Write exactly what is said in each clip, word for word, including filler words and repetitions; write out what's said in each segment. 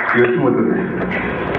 吉本です。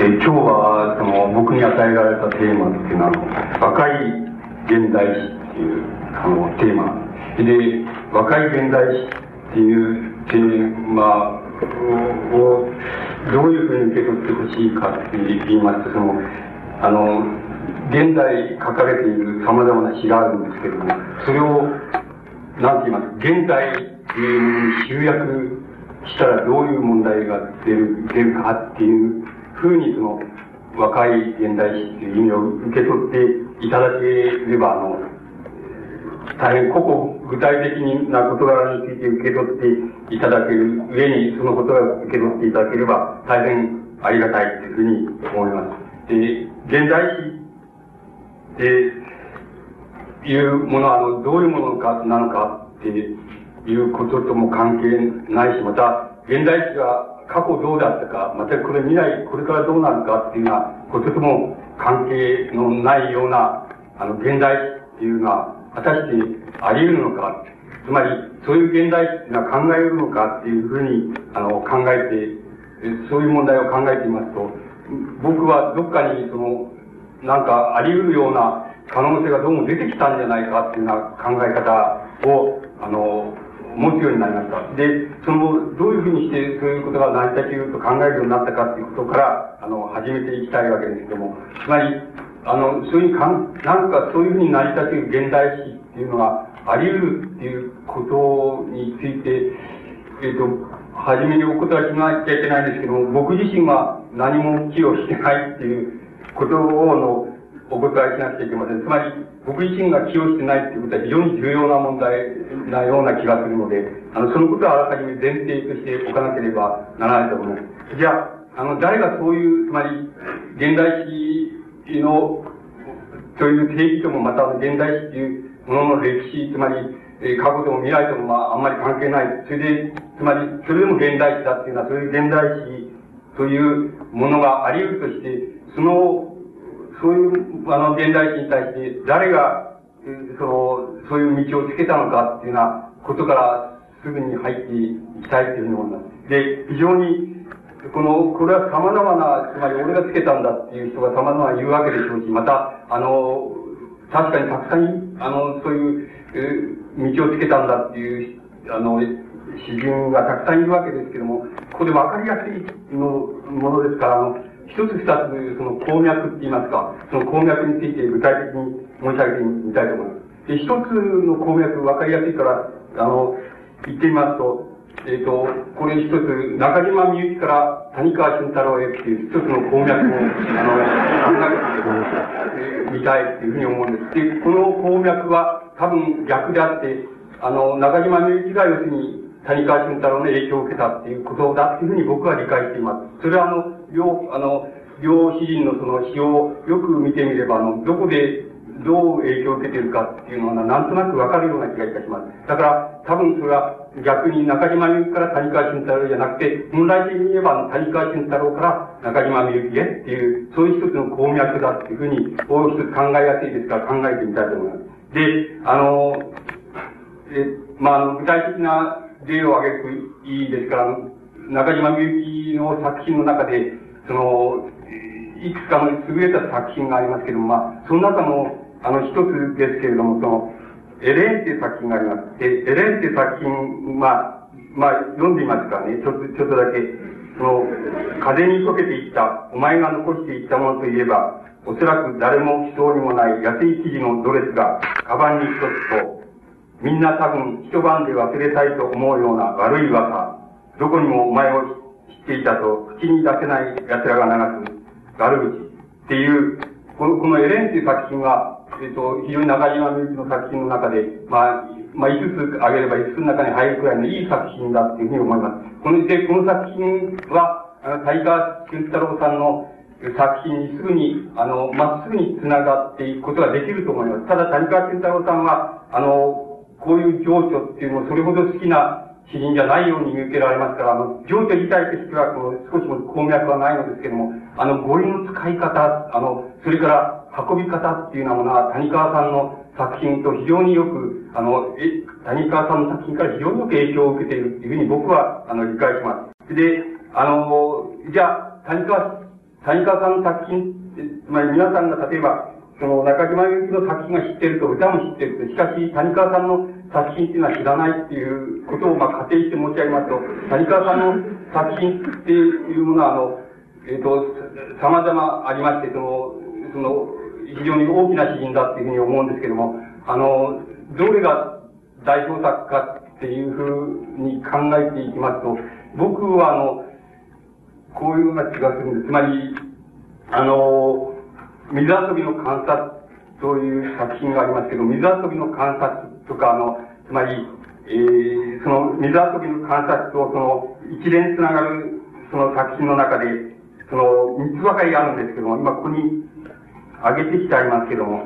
え今日はその僕に与えられたテーマっていうのは若い現代史っていうあのテーマで、若い現代史っていうテーマをどういうふうに受け取ってほしいかって言いますと、そのあの現在書かれている様々な詩があるんですけれども、それをなんて言います現在っていう集約したらどういう問題が出る、出るかっていうふうに、その、若い現代史っていう意味を受け取っていただければ、あの、大変個々具体的な事柄について受け取っていただける上に、そのことが受け取っていただければ、大変ありがたいというふうに思います。で、現代史っていうものは、あの、どういうものか、なのかって、いうこととも関係ないし、また、現代史が過去どうだったか、またこれ未来、これからどうなるかっていうようなこととも関係のないような、あの、現代史っていうのは、果たしてあり得るのか、つまり、そういう現代史っていうのは考え得るのかっていうふうに、あの、考えて、そういう問題を考えていますと、僕はどっかに、その、なんかあり得るような可能性がどうも出てきたんじゃないかっていうような考え方を、あの、持つようになりました。で、その、どういうふうにしてそういうことが成り立ちうると考えるようになったかっていうことから、あの、始めていきたいわけですけども、つまり、あの、そういうかん、なんかそういうふうに成り立ちうる現代史っていうのがあり得るっていうことについて、えっと、初めにお答えしなきゃいけないんですけども、僕自身は何も寄与してないっていうことをの、お答えしなくちゃいけません。つまり、僕自身が寄与してないっていうことは非常に重要な問題なような気がするので、あの、そのことはあらかじめ前提としておかなければならないと思います。じゃあ、あの、誰がそういう、つまり、現代史の、という定義ともまた、現代史っていうものの歴史、つまり、えー、過去とも未来ともまあ、あんまり関係ない。それで、つまり、それでも現代史だっていうのは、そういう現代史というものがあり得るとして、その、そういう、あの、現代史に対して、誰が、その、そういう道をつけたのかっていうようなことから、すぐに入っていきたいというふうに思います。で、非常に、この、これは様々な、つまり俺がつけたんだっていう人が様々言うわけでしょうし、また、あの、確かにたくさん、あの、そういう、道をつけたんだっていう、あの、詩人がたくさんいるわけですけども、ここで分かりやすいの、ものですから、あの、一つ二つ、その鉱脈って言いますか、その鉱脈について具体的に申し上げてみたいと思います。で、一つの鉱脈、分かりやすいから、あの、言ってみますと、えっ、ー、と、これ一つ、中島みゆきから谷川俊太郎へっていう一つの鉱脈を、あの、考えてみたいっていうふうに思うんです。で、この鉱脈は多分逆であって、あの、中島みゆきが要するに、谷川俊太郎の影響を受けたっていうことだっていうふうに僕は理解しています。それはあの、両、あの、両詩人のその詩をよく見てみれば、あの、どこでどう影響を受けているかっていうのはなんとなくわかるような気がいたします。だから、多分それは逆に中島みゆきから谷川俊太郎じゃなくて、本来的に言えば谷川俊太郎から中島みゆきへっていう、そういう一つの鉱脈だっていうふうに、大一つ考えやすいですから考えてみたいと思います。で、あの、え、まあ、あの、具体的な例を挙げるといいですから、中島みゆきの作品の中で、その、いくつかの優れた作品がありますけども、まあ、その中の、あの、一つですけれども、その、エレンっていう作品があります。で、エレンっていう作品、まあ、まあ、読んでみますからね、ちょっと、ちょっとだけ、その、風に溶けていった、お前が残していったものといえば、おそらく誰も来そうにもない安い生地のドレスが、カバンに一つと、みんな多分一晩で忘れたいと思うような悪い噂、どこにもお前を知っていたと口に出せない奴らが流す悪口っていう、この、このエレンっていう作品は、えっと、非常に中島みゆきの作品の中で、まあ、まあ、いつつ挙げればいつつの中に入るくらいのいい作品だっていうふうに思います。この、で、この作品は、あの、谷川俊太郎さんの作品にすぐに、あの、まっすぐに繋がっていくことができると思います。ただ、谷川俊太郎さんは、あの、こういう情緒っていうのをそれほど好きな詩人じゃないように見受けられますから、あの、情緒自体としては、この、少しも鉱脈はないのですけども、あの、語彙の使い方、あの、それから運び方っていうようなものは、谷川さんの作品と非常によく、あの、え、谷川さんの作品から非常によく影響を受けているっていうふうに僕は、あの、理解します。で、 あの、じゃあ、谷川、谷川さんの作品、つまり皆さんが例えば、その中島みゆきの作品が知ってると、歌も知ってると、しかし谷川さんの作品っていうのは知らないっていうことを、まあ、仮定して申し上げますと、谷川さんの作品っていうものは、あの、えっ、と、様々ありまして、その、その、非常に大きな詩人だっていうふうに思うんですけども、あの、どれが代表作かっていうふうに考えていきますと、僕はあの、こういうような気がするんです。つまり、あの、水遊びの観察という作品がありますけど、水遊びの観察とか、あの、つまり、えー、その水遊びの観察とその一連つながるその作品の中で、その三つばかりあるんですけども、今ここに挙げてきてありますけども、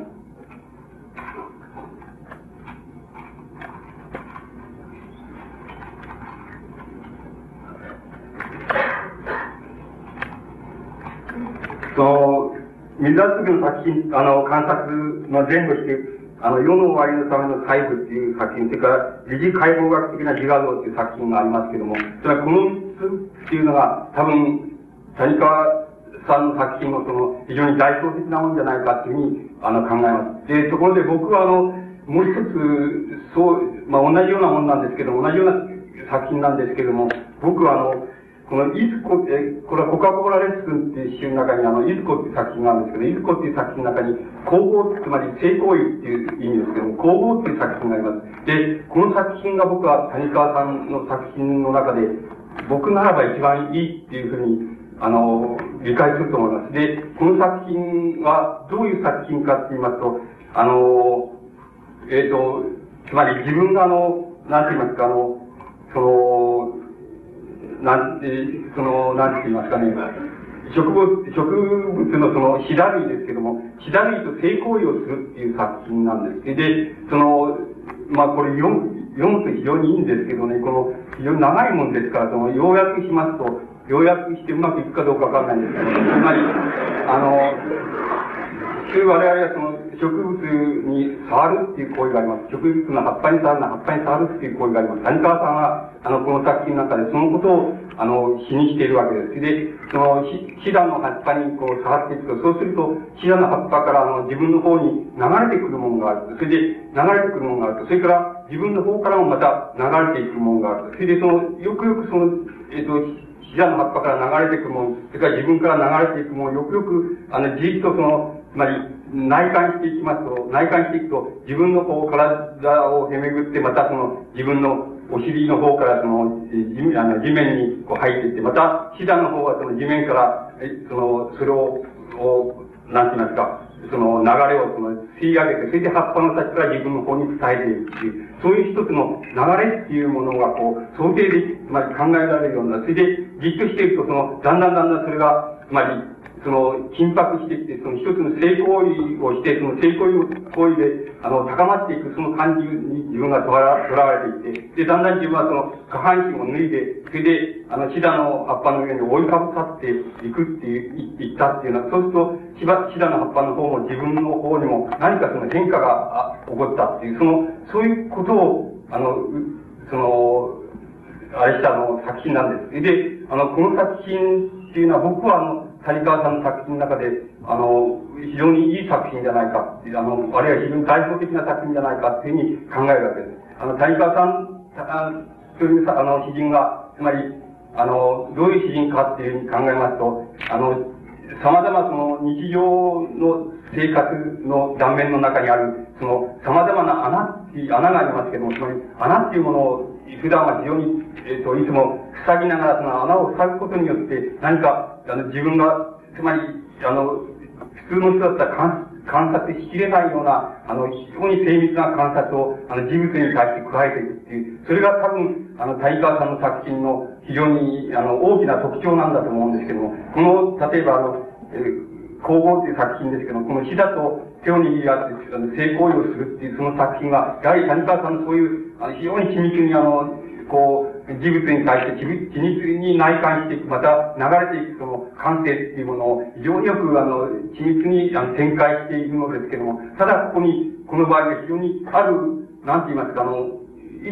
その、水遊びの作品、あの、観察の前後して、あの、世の終わりのための細部っていう作品、それから、理事解剖学的な自画像っていう作品がありますけども、それはこの三つっていうのが、多分、谷川さんの作品のその、非常に代表的なもんじゃないかっていうふうに、あの、考えます。で、ところで僕はあの、もう一つ、そう、まあ、同じようなもんなんですけども、同じような作品なんですけども、僕はあの、このイズコ、え、これはコカ・コーラレッスンっていう詩の中にあの、イズコっていう作品があるんですけど、イズコっていう作品の中に、皇后、つまり性行為っていう意味ですけども、皇后っていう作品があります。で、この作品が僕は谷川さんの作品の中で、僕ならば一番いいっていうふうに、あの、理解すると思います。で、この作品はどういう作品かって言いますと、あの、えっ、と、つまり自分があの、なんて言いますか、あの、その、なんて、その、なんて言いますかね、植物、植物のその、シダ類ですけども、シダ類と性行為をするっていう作品なんです。で、その、まあ、これ読む、読むと非常にいいんですけどね、この、非常に長いもんですから、その、要約しますと、要約してうまくいくかどうかわかんないんですけど、つまり、あの、普通我々はその植物に触るっていう行為があります。植物の葉っぱに触るのは葉っぱに触るっていう行為があります。谷川さんは、あの、この作品の中でそのことを、あの、詩にしているわけです。で、その、シダの葉っぱにこう触っていくと、そうすると、シダの葉っぱからあの、自分の方に流れてくるものがある。それで、流れてくるものがあると。それから、自分の方からもまた流れていくものがあると。それで、その、よくよくその、えっと、シダの葉っぱから流れてくるもの、それから自分から流れていくもの、よくよく、あの、じっとその、つまり、内観していきますと、内観していくと、自分のこう、体をへめぐって、またその、自分のお尻の方からその、地あの地面にこう入っていって、また、シダの方はその地面から、その、それを、をなんて言いますか、その流れをその吸い上げて、それで葉っぱの先から自分の方に伝えていくっていう、そういう一つの流れっていうものがこう、想定で、つまり考えられるような、それでじっとしていくと、その、だんだんだんだんそれが、つまり、その、緊迫してきて、その一つの性行為をして、その性行為行為で、あの、高まっていく、その感じに自分がとら、とらわれていって、で、だんだん自分はその、下半身を脱いで、それで、あの、シダの葉っぱの上に覆いかぶさっていくっていう、いったっていうのは、そうすると、シダシダの葉っぱの方も自分の方にも何かその変化が起こったっていう、その、そういうことを、あの、その、あれしたあの、作品なんです。で、あの、この作品っていうのは僕はあの、谷川さんの作品の中で、あの、非常にいい作品じゃないかっていう、あの、あるいは非常に代表的な作品じゃないかっていうふうに考えるわけです。あの、谷川さん、あというあの、詩人が、つまり、あの、どういう詩人かっていうふうに考えますと、あの、様々その日常の生活の断面の中にある、その様々な穴っていう、穴がありますけども、つまり穴っていうものを普段は非常に、えっと、いつも塞ぎながらその穴を塞ぐことによって、何か、あの、自分が、つまり、あの、普通の人だったら観観察しきれないような、あの、非常に精密な観察を、あの、事物に対して加えていくっていう、それが多分、あの、谷川さんの作品の非常に、あの、大きな特徴なんだと思うんですけども、この、例えばあの、えー、皇后っていう作品ですけども、このシダと手を握り合って、あの、性行為をするっていうその作品は、やはり谷川さんのそういう、あの、非常に緻密にあの、こう、事物に対して緻密に内観していく、また流れていくその感性っていうものを非常によくあの、緻密にあの展開しているのですけども、ただここに、この場合は非常にある、なんて言いますか、あの、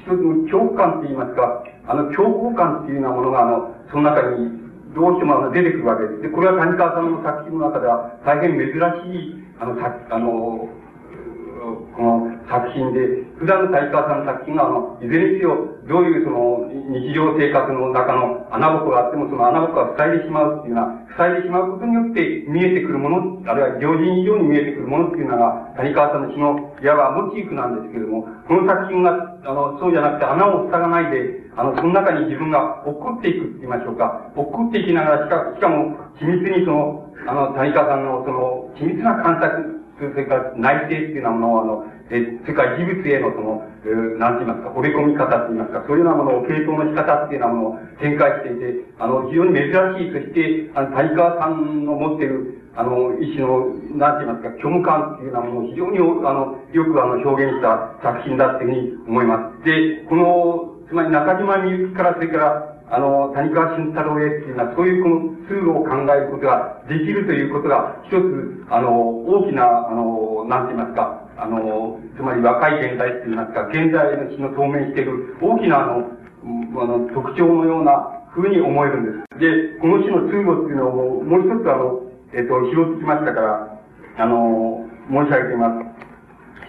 一つの恐怖感って言いますか、あの、恐怖感っていうようなものが、あの、その中に、どうしてもあの出てくるわけです。で、これは谷川さんの作品の中では大変珍しい、あの、さあの、この作品で、普段の谷川さんの作品が、あの、いずれにせよ、どういうその、日常生活の中の穴ぼこがあっても、その穴ぼこが塞いでしまうっていうような、塞いでしまうことによって見えてくるもの、あるいは常人以上に見えてくるものっていうのが、谷川さんの詩の、いわばモチーフなんですけれども、この作品が、あの、そうじゃなくて穴を塞がないで、あの、その中に自分が落っこっていくって言いましょうか。落っこっていきながら、しか、しかも、緻密にその、あの、谷川さんのその、緻密な観察、それから内省っていうようなものを、あの、え、それから事物へのその、えー、なんて言いますか、惚れ込み方って言いますか、そういうようなものを系統の仕方っていうようなものを展開していて、あの、非常に珍しい、そして、あの、谷川さんの持っている、あの、一種の、なんて言いますか、虚無感っていうようなものを非常に、あの、よくあの、表現した作品だっていうふうに思います。で、この、つまり中島みゆきから、それから、あの、谷川俊太郎へっていうのは、そういうこの通路を考えることができるということが、一つ、あの、大きな、あの、なんて言いますか、あの、つまり若い現代って言いますか、現在の詩の当面している大きな、あの、あの、特徴のような風に思えるんです。で、この詩の通路っていうのをもう一つ、あの、えっと、拾ってきましたから、あの、申し上げています。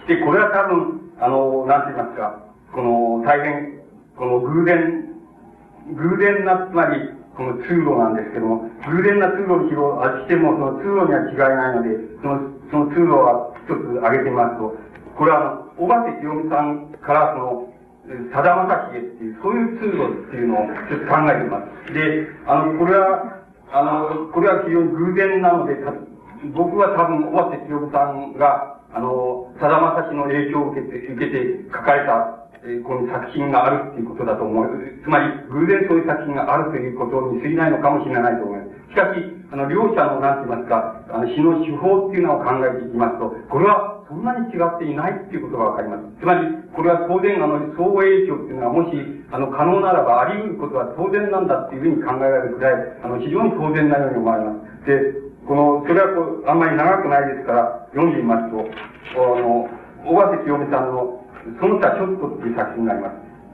で、これは多分、あの、なんて言いますか、この、大変、この偶然、偶然な、つまり、この通路なんですけども、偶然な通路にしても、その通路には違いないので、その、その通路は一つ挙げてみますと、これはあの、小橋清美さんからその、さだまさしへっていう、そういう通路っていうのをちょっと考えています。で、あの、これは、あの、これは非常に偶然なので、僕は多分、小橋清美さんが、あの、さだまさしの影響を受けて、受けて書かれた、えー、この作品があるっていうことだと思う。つまり、偶然そういう作品があるということに過ぎないのかもしれないと思います。しかし、あの、両者の、なんて言いますか、あの、詩の手法っていうのを考えていきますと、これはそんなに違っていないっていうことがわかります。つまり、これは当然、あの、相互影響っていうのは、もし、あの、可能ならばあり得ることは当然なんだっていうふうに考えられるくらい、あの、非常に当然なように思われます。で、この、それはこう、あんまり長くないですから、読んでみますと、あの、小橋清美さんの、その他ちょっとっていう作品があります。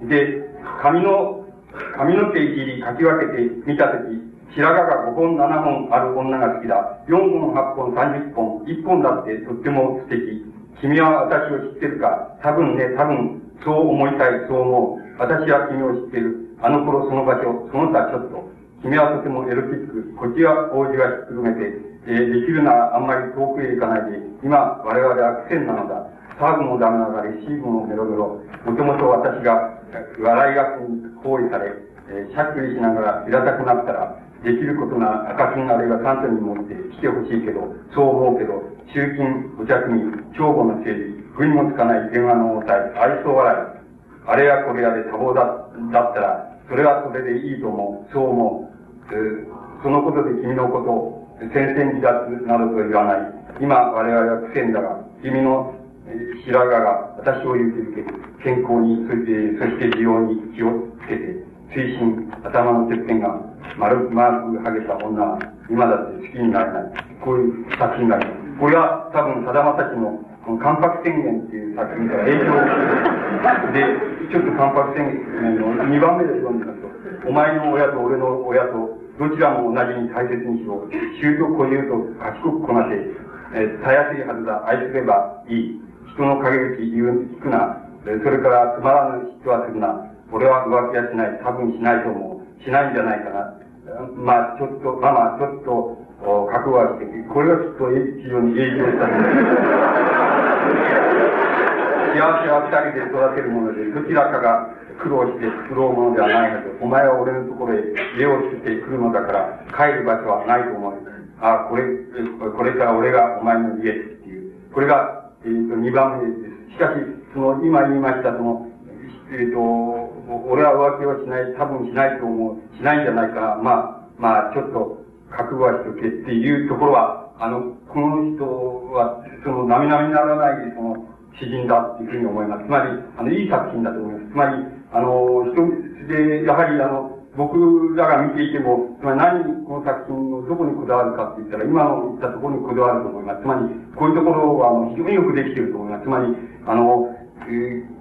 で、髪の、髪の毛いじり書き分けてみたとき、白髪がごほんななほんある女が好きだ。よんほんはっぽんさんじゅっぽん。いっぽんだってとっても素敵。君は私を知ってるか？多分ね、多分、そう思いたい、そう思う。私は君を知ってる。あの頃その場所、その他ちょっと。君はとてもエロティック。こっちは王子がひっくるめて、えー、できるならあんまり遠くへ行かないで。今、我々は苦戦なのだ。サーブもダメながらレシーブもメロメロ。もともと私が笑い学に包囲され、えー、しゃっくりしながら平たくなったら、できることな赤金あるいは酸素に持って来てほしいけど、そう思うけど、集金、お着に、帳簿の整理、不意もつかない電話の応対、愛想笑い、あれやこれやで多忙だ、だったら、それはそれでいいと思う、そう思う。えー、そのことで君のことを、戦線離脱などと言わない。今、我々は苦戦だが、君の白髪が私を勇気づけて、健康に、そして、そして需要に気をつけて、推進、頭のてっぺんが丸、丸く剥げた女は、今だって好きになれない。こういう作品があります。これは多分、さだまさしの、この関白宣言っていう作品から影響を受けて、で、ちょっと関白宣言のにばんめで読んでみますと、お前の親と俺の親と、どちらも同じに大切にしろ。習と固有と賢くこなせ。えー、たやすいはずだ。愛すればいい。人の陰口言う、聞くな。それからつまらぬ人はするな。俺は浮気はしない。多分しないと思う。しないんじゃないかな。まあ、ちょっと、まあまあ、ちょっと、覚悟はして、これがきっと非常に影響した。幸せは二人で育てるもので、どちらかが苦労して作ろうものではないはず。お前は俺のところへ家を作ってくるのだから、帰る場所はないと思う。ああ、これ、これから俺がお前の家っていう。これが、えっ、ー、と、二番目です。しかし、その、今言いました、その、えっ、ー、と、俺は浮気はしない、多分しないと思う、しないんじゃないかな。まあ、まあ、ちょっと、覚悟はしとけっていうところは、あの、この人は、その、並々ならない、その、詩人だっていうふうに思います。つまり、あの、いい作品だと思います。つまり、あの、一つで、やはり、あの、僕らが見ていても、つまり何にこの作品のどこにこだわるかって言ったら、今の言ったところにこだわると思います。つまり、こういうところは、あの、非常によくできていると思います。つまり、あの、えー、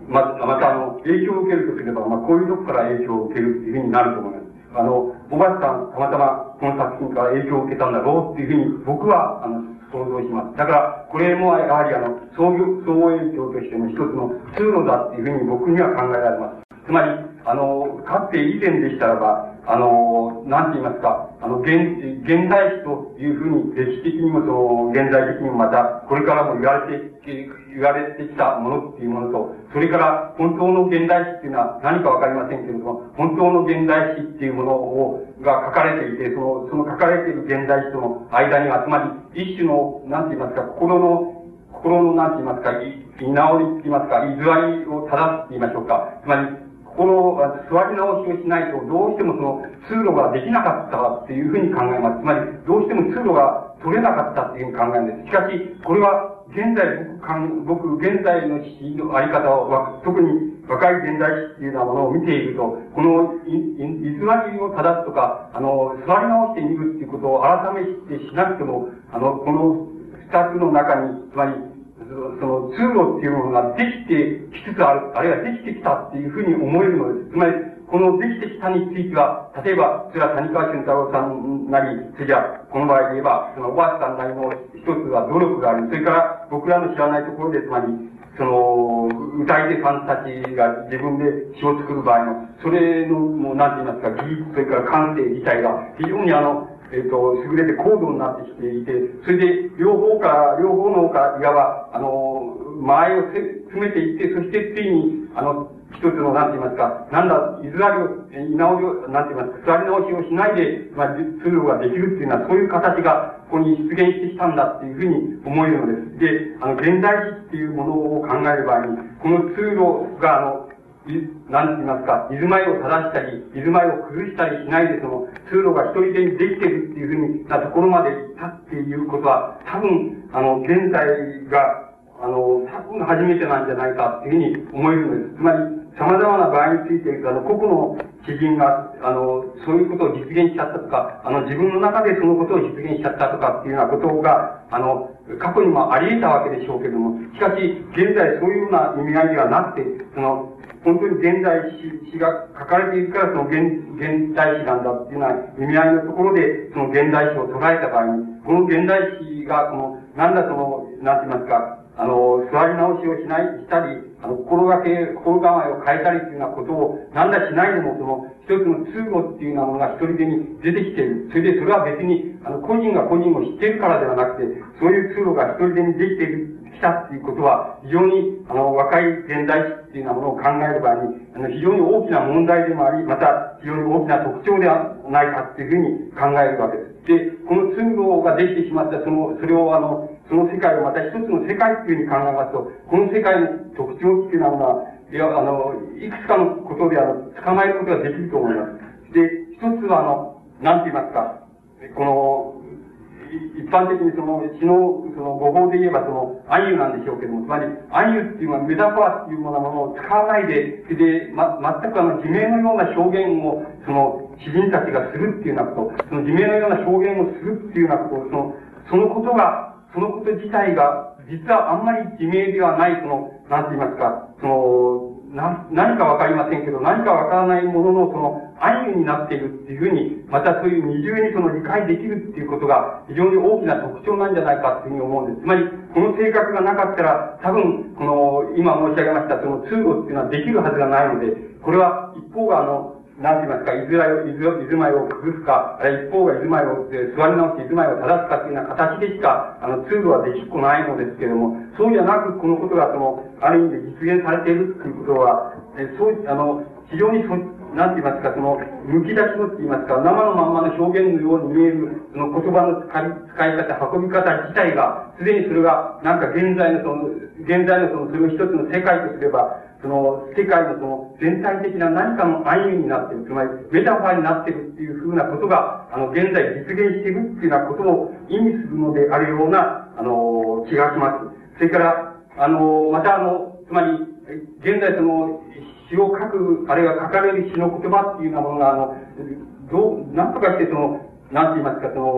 ま、またあの、影響を受けるとすれば、まあ、こういうとこから影響を受けるっていうふうになると思います。あの、小橋さん、たまたまこの作品から影響を受けたんだろうっていうふうに、僕は、あの、想像します。だから、これもやはりあの、相互、相互影響としての一つの通路だっていうふうに僕には考えられます。つまり、あの、かつて以前でしたらば、あの、なんて言いますか、あの、現、現代史というふうに歴史的にもその、現在的にもまた、これからも言われて、言われてきたものっていうものと、それから本当の現代史っていうのは何かわかりませんけれども、本当の現代史っていうものを、が書かれていて、その、その書かれている現代史との間には、つまり一種の、なんて言いますか、心の、心の、なんて言いますか、居直りって言いますか、居座りを正すって言いましょうか。つまり、心は座り直しをしないと、どうしてもその通路ができなかったっていうふうに考えます。つまり、どうしても通路が取れなかったっていうふうに考えるんです。しかし、これは、現在僕かん、僕、現在の史のあり方を、特に若い現代史っていうようなものを見ていると、このい、い、居座りを正すとか、あの、座り直してみるっていうことを改めてしなくても、あの、この二つの中に、つまり、その通路っていうものができてきつつある、あるいはできてきたっていうふうに思えるのです。つまり、このできてきたについては、例えば、それは谷川俊太郎さんなり、それじゃこの場合で言えば、そのおばあさんなりの一つは努力がある。それから、僕らの知らないところで、つまり、その、歌い手さんたちが自分で詩を作る場合の、それの、もう、なんて言いますか、技術、それから感性自体が、非常にあの、えっ、と、優れて高度になってきていて、それで、両方から、両方のから、いわば、あの、間合いを詰めていって、そしてついに、あの、一つの、なんて言いますか、なんだ、居座りを、居直りを、なんて言いますか、座り直しをしないで、まあ、通路ができるっていうのは、そういう形が、ここに出現してきたんだっていうふうに思えるのです。で、あの、現代史っていうものを考える場合に、この通路が、あの、なんて言いますか、居住まいを正したり、居住まいを崩したりしないで、その、通路が一人でにできてるっていうふうになところまで行ったっていうことは、多分、あの、現在が、あの、多分初めてなんじゃないかっていうふうに思えるのです。つまり、様々な場合について、あの、個々の詩人が、あの、そういうことを実現しちゃったとか、あの、自分の中でそのことを実現しちゃったとかっていうようなことが、あの、過去にもあり得たわけでしょうけれども、しかし、現在そういうような意味合いではなくて、その、本当に現代史が書かれているから、その現、現代史なんだっていうような意味合いのところで、その現代史を捉えた場合に、この現代史が、この、なんだその、なんて言いますか、あの、座り直しをしない、したり、あの、心がけ、心構えを変えたりというようなことを、なんだしないでも、その、一つの通路っていうようなものが一人でに出てきている。それで、それは別に、あの、個人が個人を知っているからではなくて、そういう通路が一人でにできている、きたっていうことは、非常に、あの、若い現代史っていうようなものを考える場合に、あの、非常に大きな問題でもあり、また、非常に大きな特徴ではないかっていうふうに考えるわけです。で、この通路ができてしまった、その、それをあの、その世界をまた一つの世界っていうふうに考えますと、この世界の特徴っていうのは、いや、あの、いくつかのことであの、捕まえることができると思います。で、一つはあの、なんて言いますか、この、一般的にその、詩の、その、語法で言えばその、暗喩なんでしょうけども、つまり、暗喩っていうのはメタファーっていうものを使わないで、で、ま、全くあの、自明のような表現を、その、詩人たちがするっていうようなこと、その自明のような表現をするっていうようなことを、その、そのことが、そのこと自体が、実はあんまり自明ではない、その、なんて言いますか、その、な、何かわかりませんけど、何かわからないものの、その、暗喩になっているっていうふうに、またそういう二重にその理解できるっていうことが、非常に大きな特徴なんじゃないかっていうふうに思うんです。つまり、この性格がなかったら、多分、この、今申し上げました、その通路っていうのはできるはずがないので、これは一方があの、なんて言いますか、いずらを、いず、いずまいを崩すか、あるいは一方がいずまいを、えー、座り直していずまいを正すかというような形でしか、あの、通路はできっこないのですけれども、そうじゃなく、このことが、その、ある意味で実現されているということは、えー、そう、あの、非常にそ、なんて言いますか、その、剥き出しのって言いますか、生のまんまの表現のように見える、その言葉の使い、使い方、運び方自体が、すでにそれが、なんか現在のその、現在のその、それを一つの世界とすれば、その、世界のその、全体的な何かの暗喩になっている、つまり、メタファーになっているっていうふうなことが、あの、現在実現しているっていうようなことを意味するのであるような、あの、気がします。それから、あの、またあの、つまり、現在その、詩を書く、あるいは書かれる詩の言葉っていうようなものが、あの、どう、なんとかしてその、なんて言いますか、その、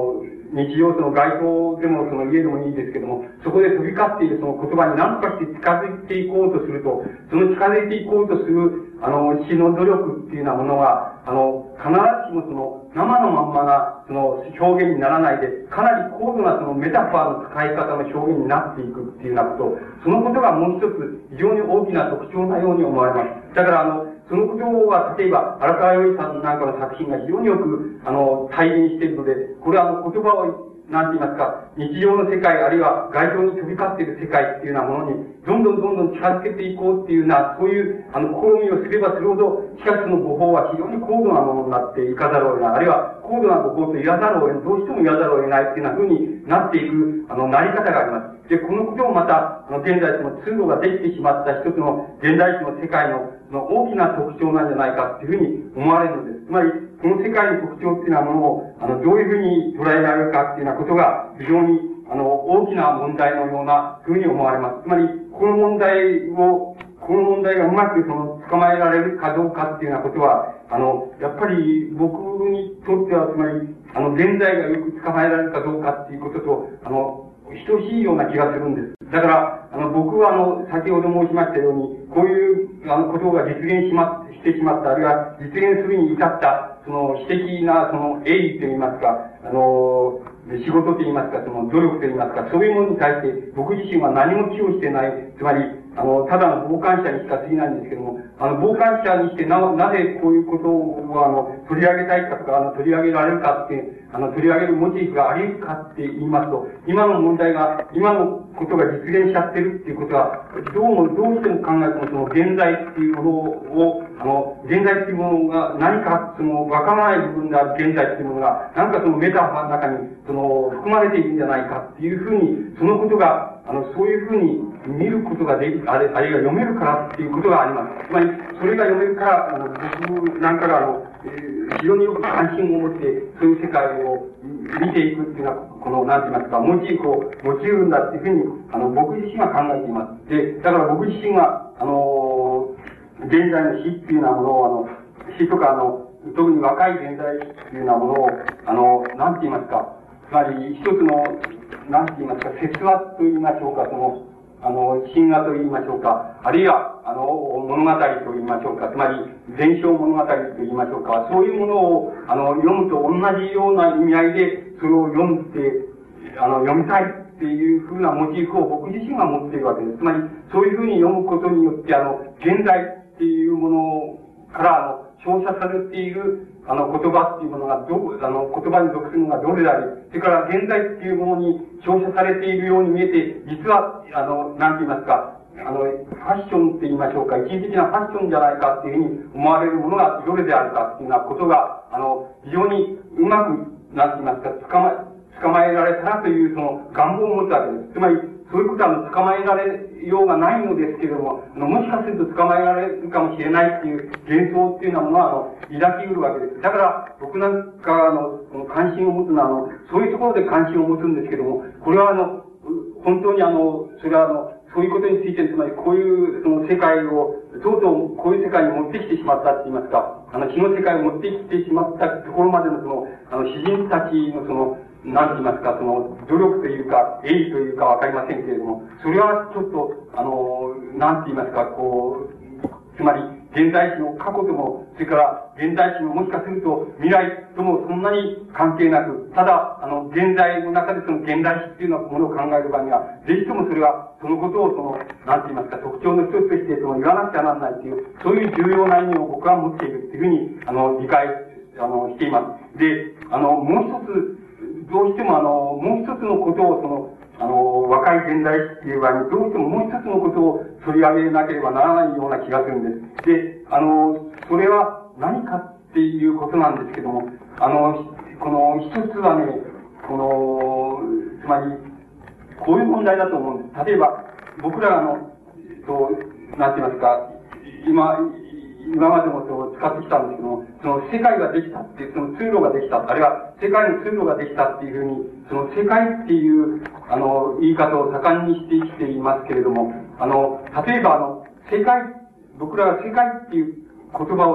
日常その街頭でもその家でもいいですけども、そこで飛び交っているその言葉に何とかして近づいていこうとすると、その近づいていこうとする、あの、詩の努力っていうようなものは、あの、必ずしもその、生のまんまな、その、表現にならないで、かなり高度なそのメタファーの使い方の表現になっていくっていうようなこと、そのことがもう一つ非常に大きな特徴なように思われます。だから、あの、そのことは、例えば、荒川よりさんなんかの作品が非常によく、あの、体現しているので、これはあの、言葉を、なんて言いますか、日常の世界、あるいは街頭に飛び交っている世界っていうようなものに、どんどんどんどん近づけていこうっていうような、そういう、あの、試みをすればするほど、しかしその語法は非常に高度なものになっていかざるを得ない。あるいは、高度な語法と言わざるを得ない、どうしても言わざるを得ないっていうような風になっていく、あの、なり方があります。で、このことをまた、あの、現在その通路ができてしまった一つの現代史の世界の、その大きな特徴なんじゃないかっていうふうに思われるのです。つまり、この世界の特徴っていうようなものを、あの、どういうふうに捉えられるかっていうようなことが、非常に、あの、大きな問題のようなふうに思われます。つまり、この問題を、この問題がうまくその、捕まえられるかどうかっていうようなことは、あの、やっぱり僕にとっては、つまり、あの、現在がよく捕まえられるかどうかっていうことと、あの、等しいような気がするんです。だから、あの、僕はあの、先ほど申しましたように、こういう、あの、ことが実現しま、してしまった、あるいは実現するに至った、その、私的な、その、営利といいますか、あの、仕事と言いますか、その、努力と言いますか、そういうものに対して、僕自身は何も寄与してない、つまり、あの、ただの傍観者にしか過ぎないんですけども、あの、傍観者にしてな、なぜこういうことを、あの、取り上げたいかとか、あの、取り上げられるかって、あの、取り上げるモチーフがあり得るかって言いますと、今の問題が、今のことが実現しちゃってるっていうことは、どうも、どうしても考えても、その、現在っていうものを、あの、現在っていうものが何か、その、わからない部分である現在っていうものが、なんかそのメタファーの中に、その、含まれているんじゃないかっていうふうに、そのことが、あの、そういうふうに見ることができ、あれ、あるいは読めるからっていうことがあります。つまり、それが読めるから、あの、僕なんかが、あの、えー、非常によく関心を持って、そういう世界を見ていくっていうのは、この、なんて言いますか、モチーフを用いるんだっていうふうに、あの、僕自身は考えています。で、だから僕自身は、あのー、現在の詩っていうようなものを、あの、詩とか、あの、特に若い現代詩っていうようなものを、あの、なんて言いますか、つまり、一つの、なんて言いますか、説話と言いましょうか、その、あの、神話と言いましょうか、あるいは、あの、物語と言いましょうか、つまり、伝承物語と言いましょうか、そういうものを、あの、読むと同じような意味合いで、それを読んで、あの、読みたいっていうふうなモチーフを僕自身が持っているわけです。つまり、そういうふうに読むことによって、あの、現在っていうものから、あの、照射されている、あの、言葉っていうものが、ど、あの、言葉に属するのがどれであり、それから現在っていうものに照射されているように見えて、実は、あの、なんて言いますか、あの、ファッションって言いましょうか、一時的なファッションじゃないかっていうふうに思われるものがどれであるかっていうようなことが、あの、非常にうまく、なんて言いますか、捕ま、捕まえられたらというその願望を持つわけです。つまり、そういうことは捕まえられようがないのですけれども、あの、もしかすると捕まえられるかもしれないっていう幻想っていうようなものは、あの、抱き得るわけです。だから、僕なんか、あの、関心を持つのは、あの、そういうところで関心を持つんですけども、これはあの、本当にあの、それはあの、そういうことについて、つまりこういうその世界を、とうとうこういう世界に持ってきてしまったって言いますか、あの、詩の世界を持ってきてしまったところまでのその、あの、詩人たちのその、なんて言いますか、その、努力というか、営利というかわかりませんけれども、それはちょっと、あの、なんて言いますか、こう、つまり、現代史の過去とも、それから現代史のもしかすると未来ともそんなに関係なく、ただ、あの、現在の中でその現代史っていうのものを考える場合には、ぜひともそれは、そのことをその、なんて言いますか、特徴の一つとしてその言わなくちゃならないっていう、そういう重要な意味を僕は持っているっていうふうに、あの、理解、あの、しています。で、あの、もう一つ、どうしてもあの、もう一つのことをその、あの、若い現代史っていう場合に、どうしてももう一つのことを取り上げなければならないような気がするんです。で、あの、それは何かっていうことなんですけども、あの、この一つはね、この、つまり、こういう問題だと思うんです。例えば、僕らがあの、と、なんて言いますか、今、今までもそう使ってきたんですけども、その世界ができたっていう、その通路ができた、あるいは世界の通路ができたっていうふうに、その世界っていう、あの、言い方を盛んにしてきていますけれども、あの、例えばあの、世界、僕らが世界っていう言葉を使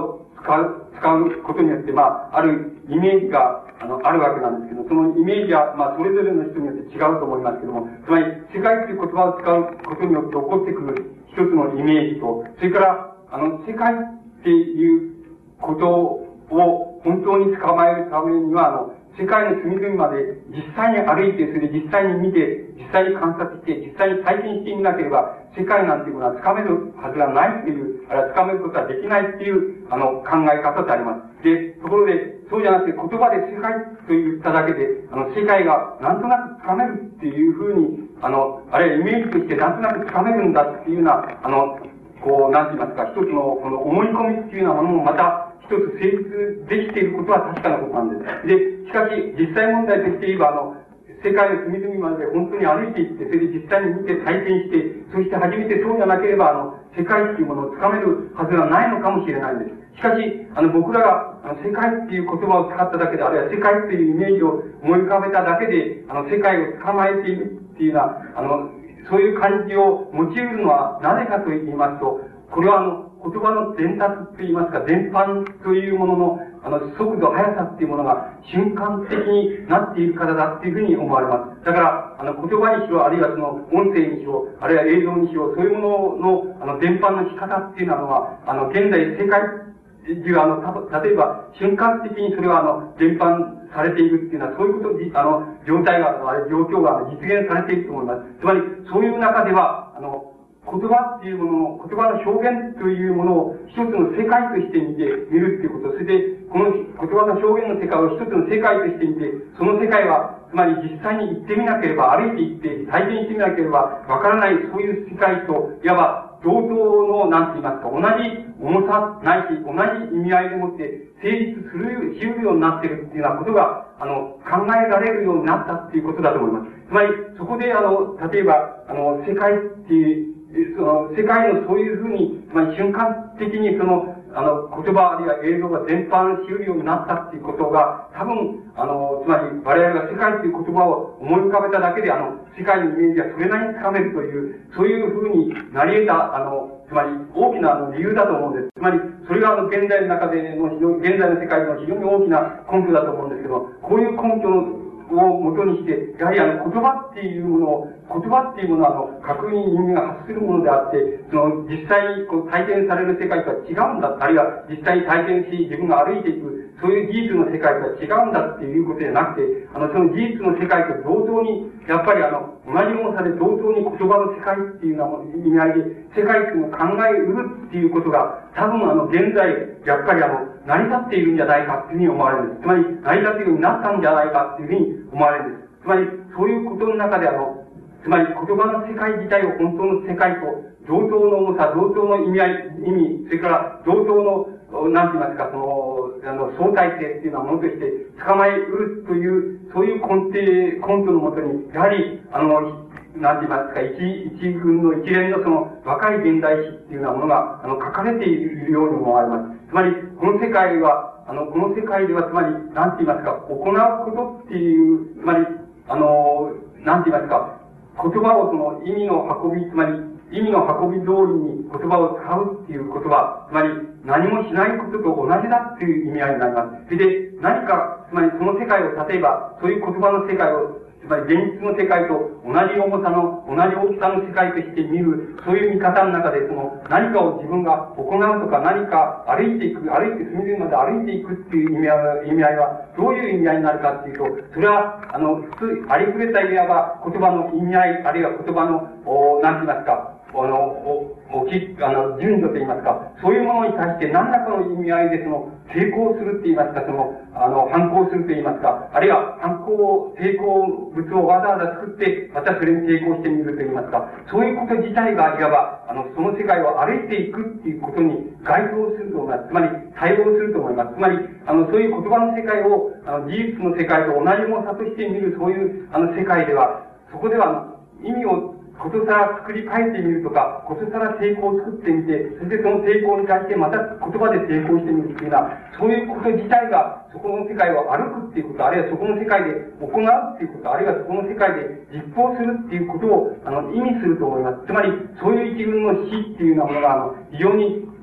使う、使うことによって、まあ、あるイメージが、あの、あるわけなんですけど、そのイメージは、まあ、それぞれの人によって違うと思いますけども、つまり、世界という言葉を使うことによって起こってくる一つのイメージと、それから、あの、世界っていうことを本当に捕まえるためには、あの、世界の隅々まで実際に歩いて、それで実際に見て、実際に観察して、実際に体験してみなければ、世界なんていうものは掴めるはずがないっていう、あるいは掴めることはできないっていう、あの、考え方であります。で、ところで、そうじゃなくて言葉で世界と言っただけで、あの、世界がなんとなく掴めるっていうふうに、あの、あるいはイメージとしてなんとなく掴めるんだっていうような、あの、こう、なんて言いますか、一つの、この思い込みっていうようなものもまた、一つ成立できていることは確かなことなんです。で、しかし、実際問題として言えば、あの、世界の隅々まで本当に歩いていって、それで実際に見て体験して、そして初めてそうじゃなければ、あの、世界っていうものをつかめるはずがないのかもしれないんです。しかし、あの、僕らが、あの、世界っていう言葉を使っただけで、あるいは世界っていうイメージを思い浮かべただけで、あの、世界を捕まえているっていうような、あの、そういう感じを用いるのはなぜかと言いますと、これはあの、言葉の伝達といいますか、伝播というものの、あの、速度、速さっていうものが瞬間的になっているからだっていうふうに思われます。だから、あの、言葉にしろ、あるいはその、音声にしろ、あるいは映像にしろ、そういうものの、あの、伝播の仕方っていうのは、あの、現在世界中、あの、た、例えば、瞬間的にそれはあの、伝播されているっていうのは、そういうこと、あの、状態が、あれ、状況が実現されていると思います。つまり、そういう中では、あの、言葉っていうものの、言葉の表現というものを一つの世界として見て、見るっていうこと。それで、この言葉の表現の世界を一つの世界として見て、その世界は、つまり実際に行ってみなければ、歩いて行って体験してみなければ、わからないそういう世界と、いわば、同等の、なんて言いますか、同じ重さないし、同じ意味合いでもって成立する、し得るようになっているっていうようなことが、あの、考えられるようになったっていうことだと思います。つまり、そこで、あの、例えば、あの、世界っていう、その、世界のそういうふうに、つまり瞬間的にその、あの、言葉あるいは映像が伝播し得るようになったっていうことが、多分、あの、つまり我々が世界っていう言葉を思い浮かべただけで、あの、世界のイメージがそれなりにつかめるという、そういうふうになり得た、あの、つまり大きなあの理由だと思うんです。つまり、それがあの、現代の中での非常に、現在の世界の非常に大きな根拠だと思うんですけど、こういう根拠の、を元にして、やはりあの言葉っていうものを、言葉っていうものはあの、確認人間が発するものであって、その実際にこう体験される世界とは違うんだ。あるいは実際に体験し、自分が歩いていく、そういう事実の世界とは違うんだっていうことじゃなくて、あの、その事実の世界と同等に、やっぱりあの、同じ重さで同等に言葉の世界っていうような意味合いで、世界っていうのを考えうるっていうことが、多分あの、現在、やっぱりあの、成り立っているんじゃないかっていうふうに思われるんです。つまり、成り立っているようになったんじゃないかっていうふうに思われるんです。つまり、そういうことの中であの、つまり言葉の世界自体を本当の世界と同等の重さ、同等の意味合い、意味、それから同等の、なんて言いますか、その、あの、相対性っていうようなものとして捕まえうるという、そういう根底、根拠のもとに、やはり、あの、なんて言いますか、一、一軍の一連のその若い現代史っていうようなものが、あの、書かれているように思われます。つまり、この世界は、あの、この世界では、つまり、なんて言いますか、行うことっていう、つまり、あの、なんて言いますか、言葉をその意味の運び、つまり、意味の運び通りに言葉を使うっていうことは、つまり何もしないことと同じだっていう意味合いになります。それで、何か、つまりその世界を、例えば、そういう言葉の世界を、つまり現実の世界と同じ重さの、同じ大きさの世界として見る、そういう見方の中で、その何かを自分が行うとか何か歩いていく、歩いて隅々まで歩いていくっていう意味合い、意味合いは、どういう意味合いになるかっていうと、それは、あの、普通、ありふれたいわば言葉の意味合い、あるいは言葉の、おなんて言いますか、あの、お、おき、あの、順序と言いますか、そういうものに対して何らかの意味合いでその、抵抗するって言いますか、その、あの、反抗すると言いますか、あるいは反抗、抵抗物をわざわざ作って、またそれに抵抗してみると言いますか、そういうこと自体が、いわば、あの、その世界を歩いていくっていうことに該当すると思います。つまり、対応すると思います。つまり、あの、そういう言葉の世界を、あの、事実の世界と同じ重さとして見る、そういう、あの、世界では、そこでは、意味を、ことさら作り変えてみるとか、ことさら抵抗を作ってみて、そしてその抵抗に対してまた言葉で抵抗してみるっていうのは、そういうこと自体が、そこの世界を歩くっていうこと、あるいはそこの世界で行うっていうこと、あるいはそこの世界で実行するっていうことを、あの、意味すると思います。つまり、そういう自分の死っていうようなものが、あの、非常に、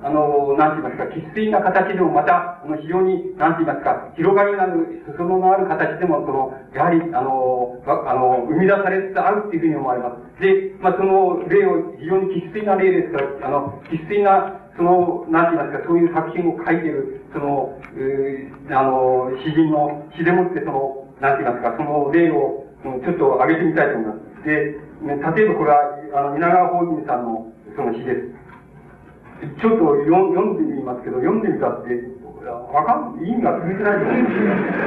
あの、なんて言いますか、喫水な形でもまた、あの、非常に、なんて言いますか、広がりのある、裾野のある形でも、その、やはり、あの、あの、生み出されつつあるっていうふうに思われます。で、まあ、その例を、非常に喫水な例ですから、あの、喫水な、その、なんて言いますか、そういう作品を書いている、その、えー、あの、詩人の詩でもって、その、なんて言いますか、その例を、ちょっと挙げてみたいと思います。で、例えばこれは、あの、稲川法人さんの、その詩です。ちょっと読んでみますけど、読んでみたって、わかん、意味が続いてないと思うんですよ。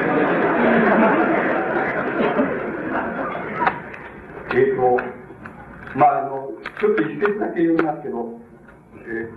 えっと、まあ、あの、ちょっと一節だけ読みますけど、え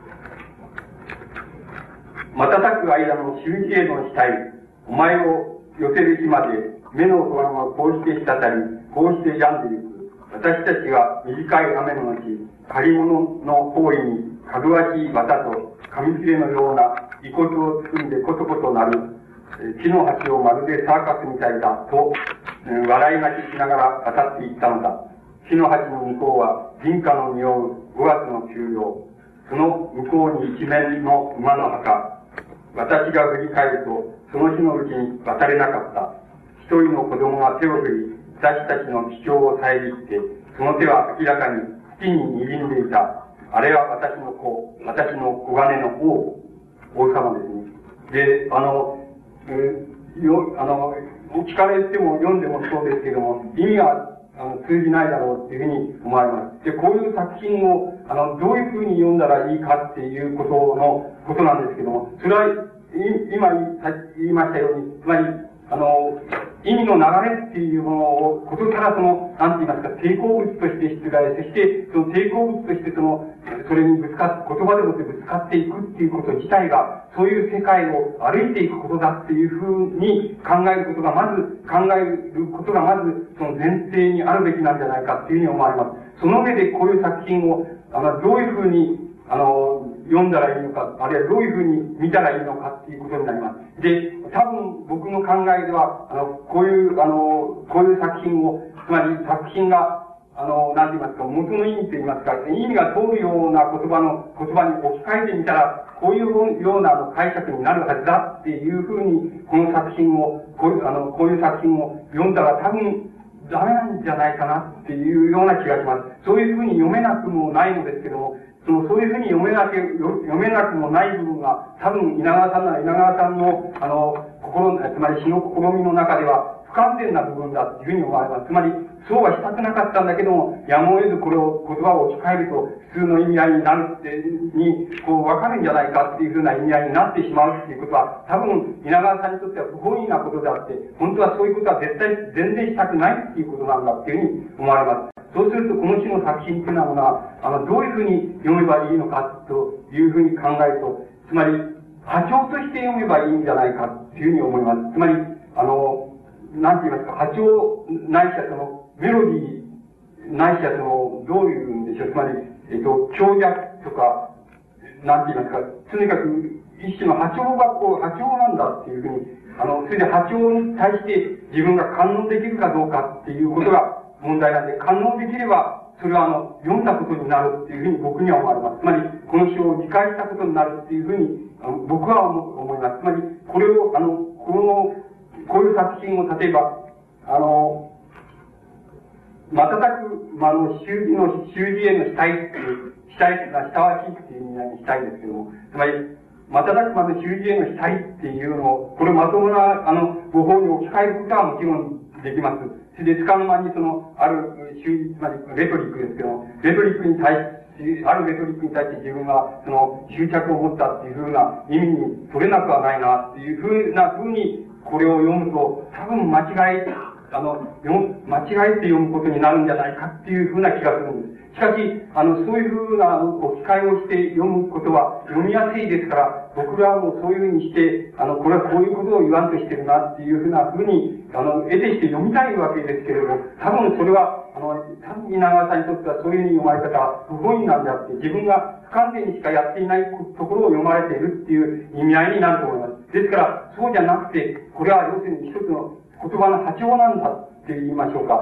ー、瞬く間の習字への死体、お前を寄せる日まで、目の不安はこうして滴り、こうして病んでいく。私たちは短い雨の後、借り物の方位に、かぐわしい綿と紙切れのような遺骨を包んでコトコトなる木の橋をまるでサーカスみたいだと、笑い泣きしながら語っていったのだ。木の橋の向こうは銀貨の匂うごがつの休養。その向こうに一面の馬の墓。私が振り返ると、その日のうちに渡れなかった。一人の子供が手を振り、私たちの貴重を遮って、その手は明らかに土に握んでいた。あれは私の子、私の小金の王、王様ですね。で、あの、えー、よ、あの、聞かれても読んでもそうですけども、意味があの通じないだろうっていうふうに思われます。で、こういう作品を、あの、どういうふうに読んだらいいかっていうことの、ことなんですけども、それは、今言いましたように、つまり、あの、意味の流れっていうものを、ことからその、なんて言いますか、抵抗物として出題、そして、その抵抗物としてその、それにぶつかっ、言葉でもってぶつかっていくっていうこと自体が、そういう世界を歩いていくことだっていうふうに考えることが、まず、考えることがまず、その前提にあるべきなんじゃないかっていうふうに思われます。その上でこういう作品を、あの、どういうふうに、あの、読んだらいいのか、あるいはどういうふうに見たらいいのかっていうことになります。で、多分僕の考えでは、あの、こういう、あの、こういう作品を、つまり作品が、あの、なんて言いますか、元の意味と言いますか、意味が通るような言葉の、言葉に置き換えてみたら、こういうようなあの解釈になるはずだっていうふうに、この作品を、こういう、あの、こういう作品を読んだら多分、ダメなんじゃないかなっていうような気がします。そういうふうに読めなくもないのですけども、その、そういうふうに読めなく、読めなくもない部分が、多分稲川さんなら稲川さんの、あの、心、つまり詩の試みの中では、不完全な部分だっていうふうに思われます。つまり、そうはしたくなかったんだけども、やむを得ずこれを、言葉を置き換えると、普通の意味合いになるって、に、こう、わかるんじゃないかっていうふうな意味合いになってしまうっていうことは、多分、稲川さんにとっては不本意なことであって、本当はそういうことは絶対、全然したくないっていうことなんだっていうふうに思われます。そうすると、この種の作品っていうようなものは、あの、どういうふうに読めばいいのかというふうに考えると、つまり、波長として読めばいいんじゃないかっていうふうに思います。つまり、あの、なんて言いますか、波長ないしはその、メロディーないしはその、どういうんでしょう、つまり、えっと、強弱とか、なんて言いますか、とにかく、一種の波長がこう、波長なんだっていうふうに、あの、それで波長に対して自分が感応できるかどうかっていうことが問題なんで、感応できれば、それはあの、読んだことになるっていうふうに僕には思われます。つまり、この詩を理解したことになるっていうふうに、あの僕は思います。つまり、これを、あの、この、こういう作品を、例えば、あの、瞬く、まあ、あの、習字の、習字への死体っていう、死体っていうのは、親わしいっていう意味にしたいんですけども、つまり、瞬くまず習字への死体っていうのを、これまともな、あの、語法に置き換えることはもちろんできます。それで、つかの間にその、ある習字、つまり、レトリックですけども、レトリックに対し、あるレトリックに対して自分が、その、執着を持ったっていうふうな意味に取れなくはないな、っていうふうなふうに、これを読むと、多分間違い、あの、間違えて読むことになるんじゃないかっていうふうな気がするんです。しかし、あの、そういうふうな置き換えをして読むことは読みやすいですから、僕らはもうそういうふうにして、あの、これはこういうことを言わんとしてるなっていうふうなふうに、あの、得てして読みたいわけですけれども、多分それは、あの、多分稲川さんにとってはそういうふうに読まれ方は不本意なんであって、自分が不完全にしかやっていないところを読まれているっていう意味合いになると思います。ですから、そうじゃなくて、これは要するに一つの言葉の波長なんだって言いましょうか。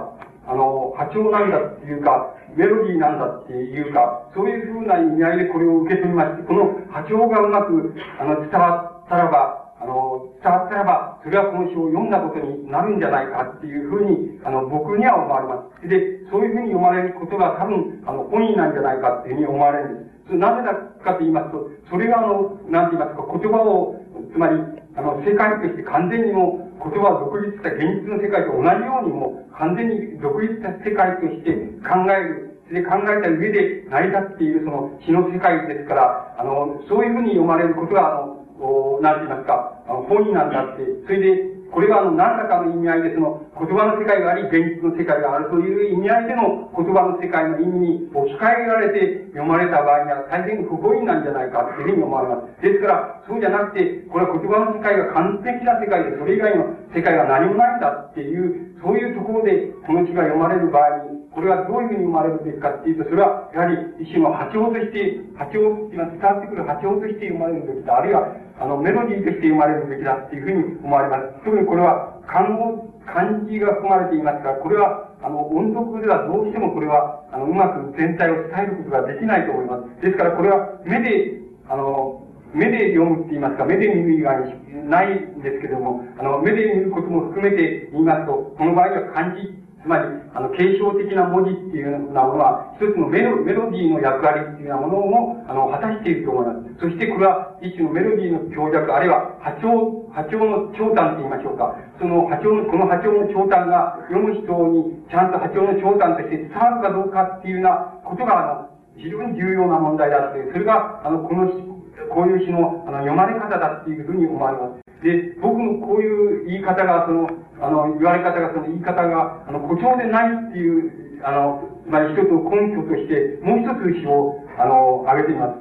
あの、波長なんだっていうか、メロディーなんだっていうか、そういうふうな意味合いでこれを受け取りまして、この波長がうまく、あの、伝わったらば、あの、伝わったらば、それはこの詩を読んだことになるんじゃないかっていうふうに、あの、僕には思われます。で、そういうふうに読まれることが多分、あの、本意なんじゃないかっていうふうに思われるんです。なぜだかと言いますと、それがあの、なんて言いますか、言葉を、つまり、あの、世界として完全にも言葉を独立した現実の世界と同じようにも完全に独立した世界として考える。で、考えた上で成り立っているその詩の世界ですから、あの、そういうふうに読まれることが、あの、おなんて言いますか、あの本意なんだって、それで、これがあの、何らかの意味合いでその言葉の世界があり、現実の世界があるという意味合いでの言葉の世界の意味に置き換えられて読まれた場合には大変不本意なんじゃないかっていうふうに思われます。ですから、そうじゃなくて、これは言葉の世界が完璧な世界で、それ以外の世界が何もないんだっていう、そういうところでこの詩が読まれる場合に、これはどういうふうに生まれるべきかっていうと、それはやはり一種の波長として、波長っていうのは伝わってくる波長として読まれるべきだ。あるいは、あの、メロディーとして読まれるべきだっていうふうに思われます。特にこれは漢語、漢字が含まれていますから、これは、あの、音読ではどうしてもこれは、あの、うまく全体を伝えることができないと思います。ですからこれは目で、あの、目で読むって言いますか、目で見る以外にないんですけれども、あの、目で見ることも含めて言いますと、この場合には漢字、つまり、あの、継承的な文字っていうようなものは、一つのメロメロディーの役割っていうようなものを、あの、果たしていると思います。そしてこれは、一種のメロディーの強弱、あるいは波長、波長の長短って言いましょうか。その波長の、この波長の長短が読む人に、ちゃんと波長の長短として伝わるかどうかっていうようなことが、あの、非常に重要な問題だって、それが、あの、この、こういう詩の、あの、読まれ方だっていうふうに思われます。で、僕のこういう言い方が、その、あの、言われ方が、その言い方が、あの、誇張でないっていう、あの、つまり一つの根拠として、もう一つ詩を、あの、挙げています。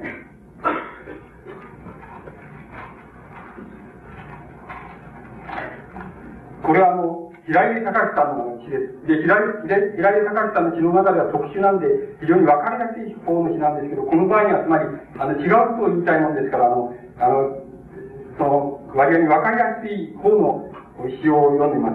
これはあの、平井隆さんの詩です。で、平井、平井隆さんの詩の中では特殊なんで、非常に分かりやすい方の詩なんですけど、この場合にはつまり、あの、違うことを言いたいものですから、あの、あの、その、割合に分かりやすい方の詩を読んでいます。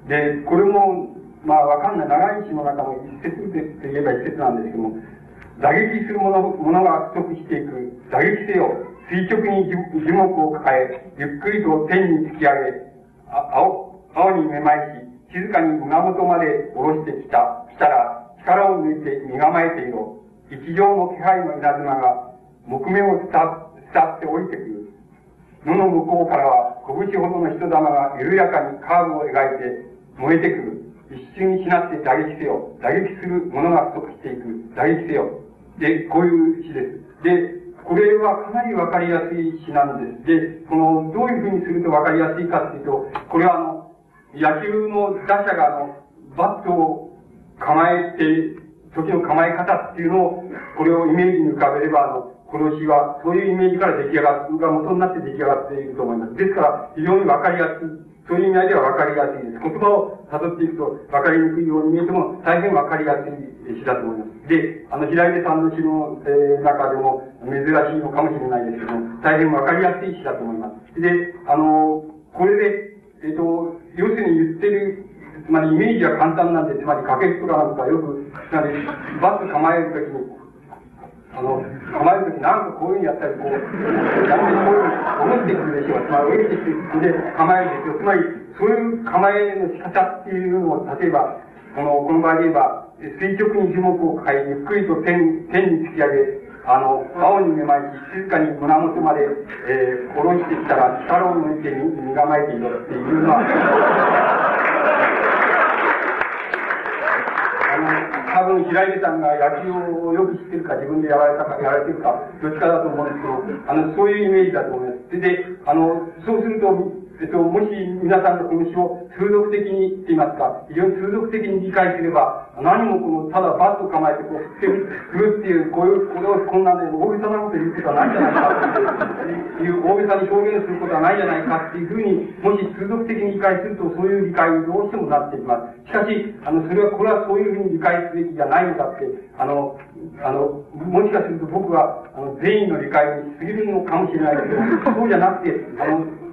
で、これも、まあ、わかんない長い詩の中の一節でと言えば一節なんですけども、打撃するもの、ものが不足していく。打撃せよ。垂直に樹木を抱え、ゆっくりと天に突き上げ、あ青、青にめまいし、静かに胸元まで下ろしてきた。来たら、力を抜いて身構えていろ。一条の気配の稲妻が、木目を伝って降りてくる。野の向こうからは、拳ほどの人玉が緩やかにカーブを描いて燃えてくる。一瞬にしなって打撃せよ。打撃するものが不足していく。打撃せよ。で、こういう詩です。で、これはかなりわかりやすい詩なんです。で、この、どういうふうにするとわかりやすいかっていうと、これはあの、野球の打者があの、バットを構えて、時の構え方っていうのを、これをイメージに浮かべれば、あの、この詩は、そういうイメージから出来上がる、が元になって出来上がっていると思います。ですから、非常にわかりやすい。そういう意味合いではわかりやすいです。言葉を辿っていくとわかりにくいように見えても、大変わかりやすい詩だと思います。で、あの、平出さんの詩の、えー、中でも珍しいのかもしれないですけども、大変わかりやすい詩だと思います。で、あの、これで、えっと、要するに言ってる、つまりイメージは簡単なんで、つまり駆け引きとかなんかよく、つまりバッと構えるときに、あの、構えるときなんかこういうふうにやったり、こう、やってこういうふうに下ろしてくるでしょう。つまり下ろしてきて、で、構えるでしょう。つまり、そういう構えの仕方っていうのを、例えば、この、この場合で言えば、垂直に樹木を抱え、ゆっくりと天、天に突き上げ、あの、青にめまいし、静かに胸元まで、えー、下ろしてきたら、力を抜いて身構えていろっていうのは、あの、多分、平出さんが野球をよく知ってるか、自分でやられたか、やられてるか、どっちかだと思うんですけど、あの、そういうイメージだと思います。で、あの、そうすると、えっと、もし皆さんのこの詩を通俗的にって言いますか、非常に通俗的に理解すれば、何もこの、ただバッと構えてこう振ってるっていう、こういう、これをこんなね、大げさなこと言うことはないんじゃないかっていう、大げさに表現することはないんじゃないかっていうふうに、もし通俗的に理解すると、そういう理解にどうしてもなっていきます。しかし、あの、それは、これはそういうふうに理解すべきじゃないのだって、あの、あの、もしかすると僕は、あの、全員の理解に過ぎるのかもしれないけど、そうじゃなくて、あの、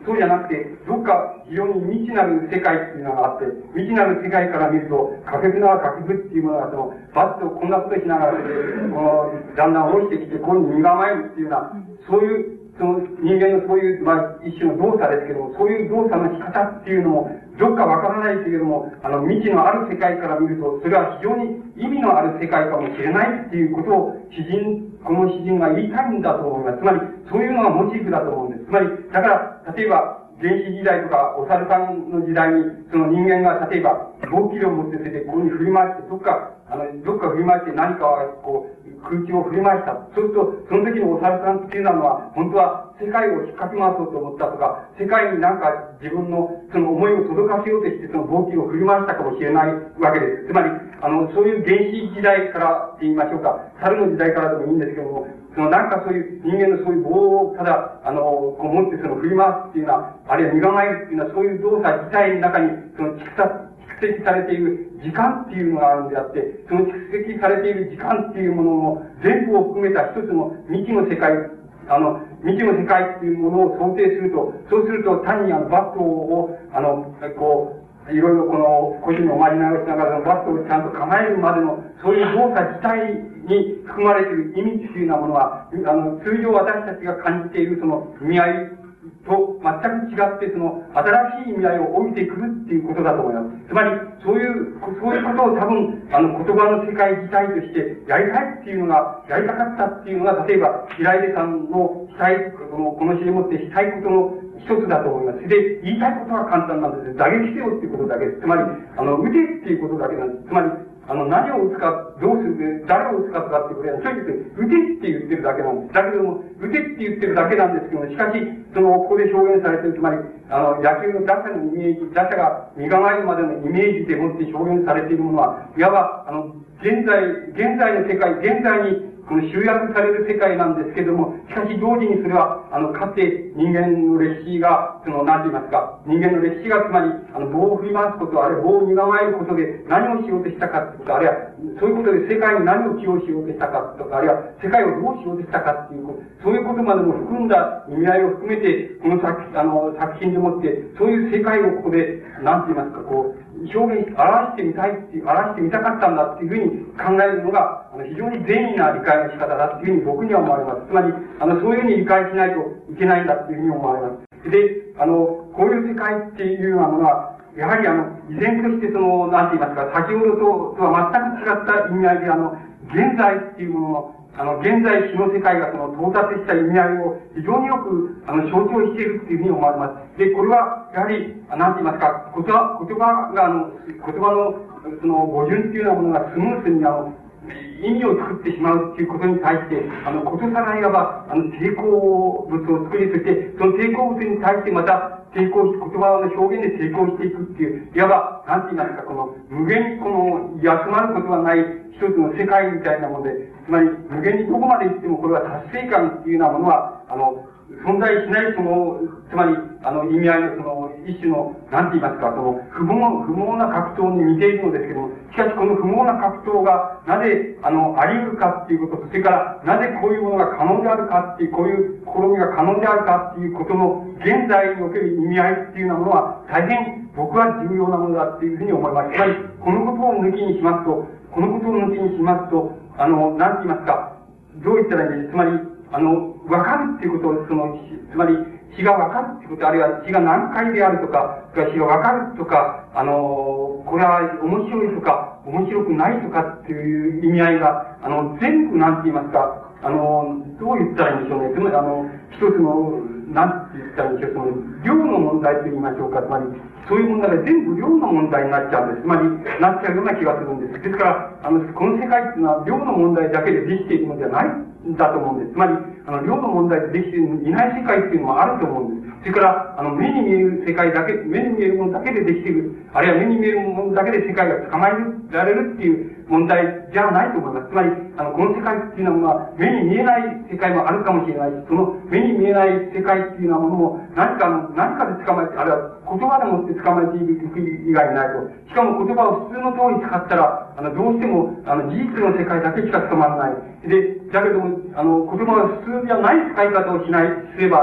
そうじゃなくて、どっか非常に未知なる世界っていうのがあって、未知なる世界から見ると、かけずなかけずっていうものが、その、バッとこんなことしながら、この、だんだん下ろしてきて、こういうふうに身構えるっていうような、そういう、その人間のそういう、まあ、一種の動作ですけども、そういう動作の仕方っていうのも、どっかわからないけれども、あの、未知のある世界から見ると、それは非常に意味のある世界かもしれないっていうことを、詩人、この詩人が言いたいんだと思います。つまり、そういうのがモチーフだと思うんです。つまり、だから、例えば、原始時代とか、お猿さんの時代に、その人間が、例えば、棒切れを持って出て、こういうふうに振り回して、どっか、あの、どっか振り回して何かを、こう、空気を振り回した。そうすると、その時のお猿さんっていうのは、本当は世界を引っかき回そうと思ったとか、世界になんか自分のその思いを届かせようとして、その棒切れを振り回したかもしれないわけです。つまり、あの、そういう原始時代からって言いましょうか、猿の時代からでもいいんですけども、そのなんかそういう人間のそういう棒をただ、あの、こう持ってその振り回すっていうのは、あるいは身構えるっていうのは、そういう動作自体の中に、その蓄積、蓄積されている時間っていうのがあるのであって、その蓄積されている時間っていうものの全部を含めた一つの未知の世界、あの、未知の世界っていうものを想定すると、そうすると単にあのバットを、あの、こう、いろいろこの腰におまじないをしながらバットをちゃんと構えるまでの、そういう動作自体に含まれている意味っていうようなものは、あの、通常私たちが感じているその意味合いと全く違って、その、新しい意味合いを帯びてくるっていうことだと思います。つまり、そういう、そういうことを多分、あの、言葉の世界自体としてやりたいっていうのが、やりたかったっていうのが、例えば、平出さんのしたい、この、この詩でもってしたいことの一つだと思います。で、言いたいことは簡単なんです。打撃せよっていうことだけです。つまり、あの、撃てっていうことだけなんです。つまり、あの、何を打つか、どうする、誰を打つかとかっていうことは、正直言って、打てって言ってるだけなんです。だけども、打てって言ってるだけなんですけども、しかし、その、ここで表現されている、つまり、あの、野球の打者のイメージ、打者が身構えるまでのイメージでもって表現されているものは、いわば、あの、現在、現在の世界、現在に、この集約される世界なんですけれども、しかし同時にそれは、あの、かつて人間の歴史が、その、なんて言いますか、人間の歴史がつまり、あの、棒を振り回すこと、あるいは棒を身構えることで何をしようとしたかってこと、あるいは、そういうことで世界に何を寄与しようとしたかとか、あるいは世界をどうしようとしたかっていうこと、そういうことまでも含んだ意味合いを含めて、この作、あの、作品でもって、そういう世界をここで、なんて言いますか、こう、表現し、表してみたいっていう、表してみたかったんだっていうふうに考えるのが、あの、非常に善意な理解の仕方だっていうふうに僕には思われます。つまり、あの、そういうふうに理解しないといけないんだっていうふうに思われます。で、あの、こういう世界っていうようなものは、やはりあの、依然としてその、なんて言いますか、先ほどととは全く違った意味合いで、あの、現在っていうものの、あの、現在詩の世界がその到達した意味合いを非常によく、あの、象徴しているっていうふうに思われます。で、これは、やはり、なんて言いますか、言葉、言葉が、あの、言葉の、その、語順っていうようなものがスムースに、あの、意味を作ってしまうっていうことに対して、あの、ことさらいわば、あの、抵抗物を作り、そして、その抵抗物に対してまた、抵抗し、言葉の表現で抵抗していくっていう、いわば、なんて言いますか、この、無限にこの、休まることはない一つの世界みたいなもので、つまり、無限にどこまで行ってもこれは達成感っていうようなものは、あの、存在しないその、つまり、あの、意味合いのその、一種の、なんて言いますか、その、不毛、不毛な格闘に似ているのですけども、しかしこの不毛な格闘が、なぜ、あの、あり得るかっていうことと、それから、なぜこういうものが可能であるかっていう、こういう試みが可能であるかっていうことの、現在における意味合いっていうようなものは、大変、僕は重要なものだっていうふうに思います。つまり、このことを抜きにしますと、このことを抜きにしますと、あの、なんて言いますか、どう言ったらいいんですか、つまり、あの、わかるっていうことを、その、つまり、詩がわかるっていうこと、あるいは詩が難解であるとか、詩がわかるとか、あの、これは面白いとか、面白くないとかっていう意味合いが、あの、全部なんて言いますか、あの、どう言ったらいいんでしょうね。つまり、あの、一つの、なんて言ったらいいんでしょう、その、量の問題と言いましょうか、つまり、そういう問題が全部量の問題になっちゃうんです。つまり、なっちゃうような気がするんです。ですから、あの、この世界っていうのは量の問題だけでできているのではないんだと思うんです。つまり、あの、量の問題でできていない世界っていうのもあると思うんです。それから、あの、目に見える世界だけ、目に見えるものだけでできている、あるいは目に見えるものだけで世界が捕まえられるっていう問題じゃないと思います。つまり、あの、この世界っていうのは、目に見えない世界もあるかもしれないし、その目に見えない世界っていうようなものも、何かの、何かで捕まえて、あるいは言葉でもって捕まえていく以外ないと。しかも言葉を普通の通り使ったら、あの、どうしても、あの、事実の世界だけしか捕まらない。で、だけども、あの、言葉が普通じゃない使い方をしない、すれば、あの、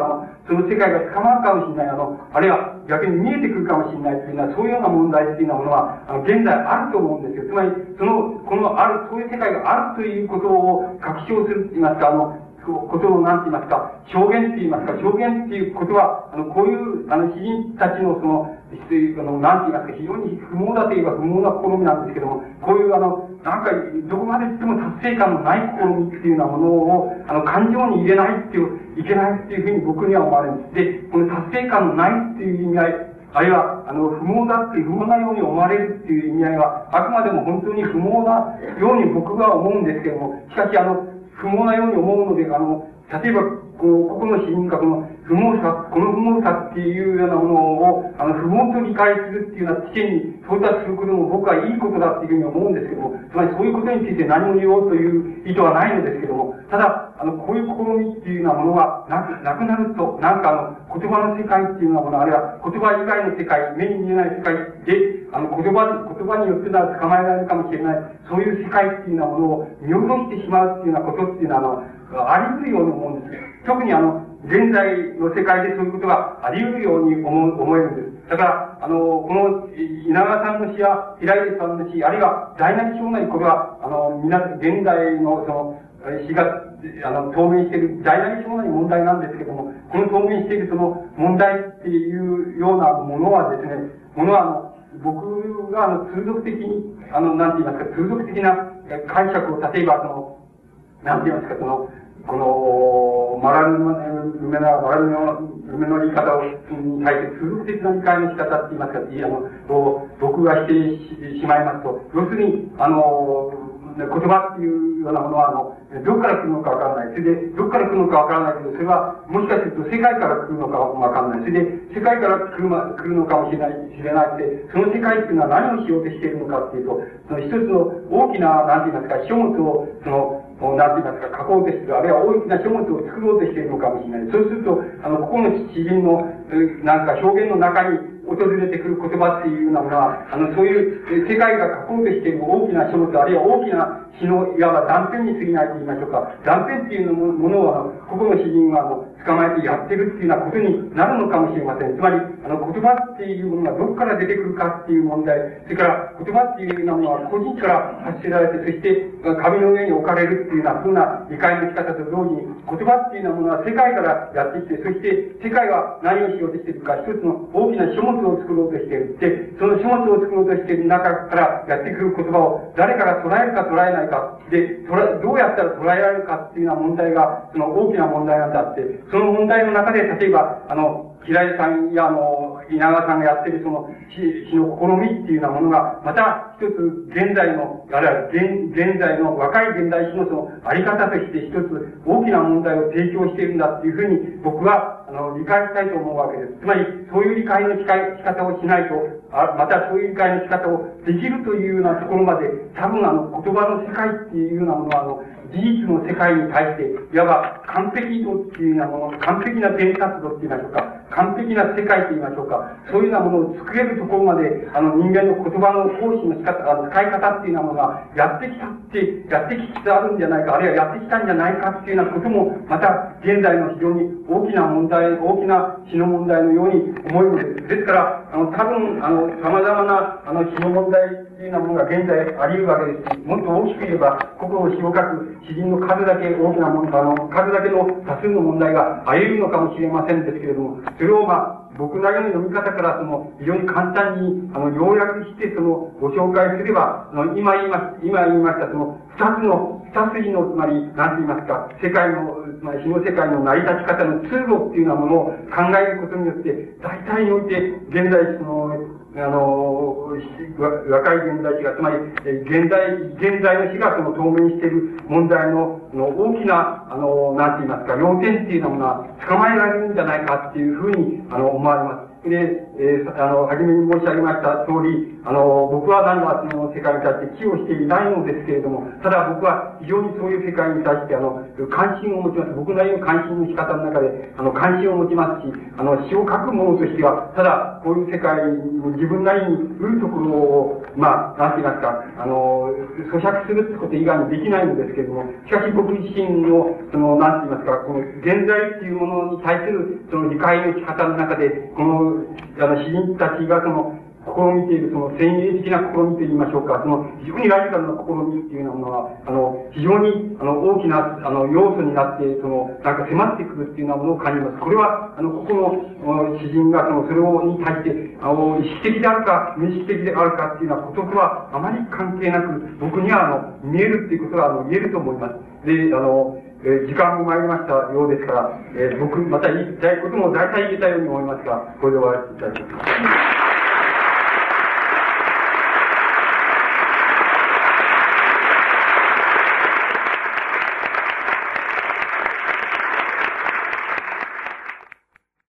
その世界が捕まるかもしれない、あの、あるいは逆に見えてくるかもしれないというのは、そういうような問題っていうようなものは、あの、現在あると思うんですよ。つまり、その、このある、そういう世界があるということを確証すると言いますか、あの、ことを何て言いますか、証言って言いますか、証言っていうことは、あの、こういう、あの、詩人たちのその、あの、なんて言いますか、非常に不毛だといえば不毛な試みなんですけども、こういうあの、なんか、どこまで言っても達成感のない試みっていうようなものを、あの、感情に入れないっていう、いけないっていうふうに僕には思われるんです。で、この達成感のないっていう意味合い、あるいは、あの、不毛だっていう、不毛なように思われるっていう意味合いは、あくまでも本当に不毛なように僕は思うんですけども、しかしあの、不毛なように思うので、あの、例えば、この、ここの詩人がこの不毛さ、この不毛さっていうようなものを、あの、不毛と理解するっていうような知見に到達することも僕はいいことだっていうふうに思うんですけども、つまりそういうことについて何も言おうという意図はないのですけども、ただ、あの、こういう試みっていうようなものがなく、なくなると、なんかあの、言葉の世界っていうようなもの、あるいは言葉以外の世界、目に見えない世界で、あの、言葉、言葉によってなら捕まえられるかもしれない、そういう世界っていうようなものを見落としてしまうっていうようなことっていうのは、あの、あり得るように思うんです。特にあの、現在の世界でそういうことがあり得るように思う、思えるんです。だから、あの、この、稲川さんの詩や平出さんの詩、あるいは大なり小なり、これは、あの、皆、現代のその、詩が、あの、透明している、大なり小なり問題なんですけども、この透明しているその問題っていうようなものはですね、ものはあの、僕があの、通俗的に、あの、なんて言いますか、通俗的な解釈を、例えばその、なんて言いますか、その、この、マラルの、夢の、マラルの、夢の言い方を、に対して通俗的な理解の仕方って言いますか、あの、を僕がしてししまいますと、要するに、あの、言葉っていうようなものは、あの、どこから来るのかわからない。それで、どこから来るのかわからないけど、それは、もしかすると世界から来るのかわからない。それで、世界から来る,、ま、来るのかもしれない、知れないで、その世界っていうのは何をしようとしているのかっていうと、その一つの大きな、なんて言いますか、書物を、その、なんて言いますか、書こうとしている、あるいは大きな書物を作ろうとしているのかもしれない。そうすると、あの、ここの詩人の、なんか表現の中に訪れてくる言葉っていうようなものは、あの、そういう世界が書こうとしている大きな書物、あるいは大きな詩の、いわば断片に過ぎないと言いましょうか。断片っていうものを、あの、ここの詩人が、あの、捕まえてやってるっていうようなことになるのかもしれません。つまり、あの、言葉っていうものがどこから出てくるかっていう問題、それから言葉っていうようなものは個人から発せられて、そして紙の上に置かれるっていうような風な理解の仕方と同時に、言葉っていうようなものは世界からやってきて、そして世界は何をしようとしているか、一つの大きな書物を作ろうとしている。で、その書物を作ろうとしている中からやってくる言葉を誰かが捉えるか捉えないか、で、どうやったら捉えられるかっていうような問題が、その大きな問題なんだって、その問題の中で、例えば、あの、平井さんや、あの、稲川さんがやってるその詩、詩の試みっていうようなものが、また一つ現在の、あるいは現、現在の若い現代詩のそのあり方として一つ大きな問題を提供しているんだっていうふうに僕は、あの、理解したいと思うわけです。つまり、そういう理解の仕方をしないと、あまたそういう理解の仕方をできるというようなところまで、多分あの、言葉の世界っていうようなものは、あの、事実の世界に対して、いわば完璧度っていうようなもの、完璧な伝達度って言いましょうか、完璧な世界と言いましょうか、そういうようなものを作れるところまで、あの人間の言葉の行使の仕方、あの使い方っていうようなものがやってきたって、やってきつつあるんじゃないか、あるいはやってきたんじゃないかっていうようなことも、また現在の非常に大きな問題、大きな詩の問題のように思えるのです。ですから、あの、多分、あの、様々な、あの、詩の問題っていうようなものが現在あり得るわけですし、もっと大きく言えば、個々の詩を書く詩人の数だけ大きなもの、あの、数だけの多数の問題があり得るのかもしれませんですけれども、それをまあ、僕なりの読み方から、その、非常に簡単に、あの、要約して、その、ご紹介すれば、あの、今言いまし、今言いました、その、二つの、二筋の、つまり、なんて言いますか、世界の、つまり、詩の世界の成り立ち方の通路っていうようなものを考えることによって、大体において、現在、その、あの、若い現代詩が、つまり、現在、現在の詩がその透明している問題の、の大きな、あの、なんて言いますか、要点っていうようなものは捕まえられるんじゃないかっていうふうに、あの、思われます。で、えー、あの、はじめに申し上げました通り、あの、僕は何はその世界に対して寄与していないのですけれども、ただ僕は非常にそういう世界に対して、あの、関心を持ちます。僕なりの関心の仕方の中で、あの、関心を持ちますし、あの、詩を書く者としては、ただ、 こういう世界に自分なりに売るところを、まあ、なんて言いますか、あの、咀嚼するってこと以外にできないんですけれども、しかし僕自身の、その、なんて言いますか、この現在っていうものに対する、その理解の仕方の中で、この、あの、詩人たちがその、試みているその先鋭的な試みといいましょうか、その非常にラジカルな試みっていうようなものは、あの、非常に、あの、大きな、あの、要素になって、その、なんか迫ってくるっていうようなものを感じます。これは、あの、ここの詩人が、その、それを、に対して、あの、意識的であるか、無意識的であるかっていうようなこととは、あまり関係なく、僕には、あの、見えるっていうことは、あの、言えると思います。で、あの、えー、時間も参りましたようですから、えー、僕、また言いたいことも大体言えたように思いますが、これで終わりたいと思います。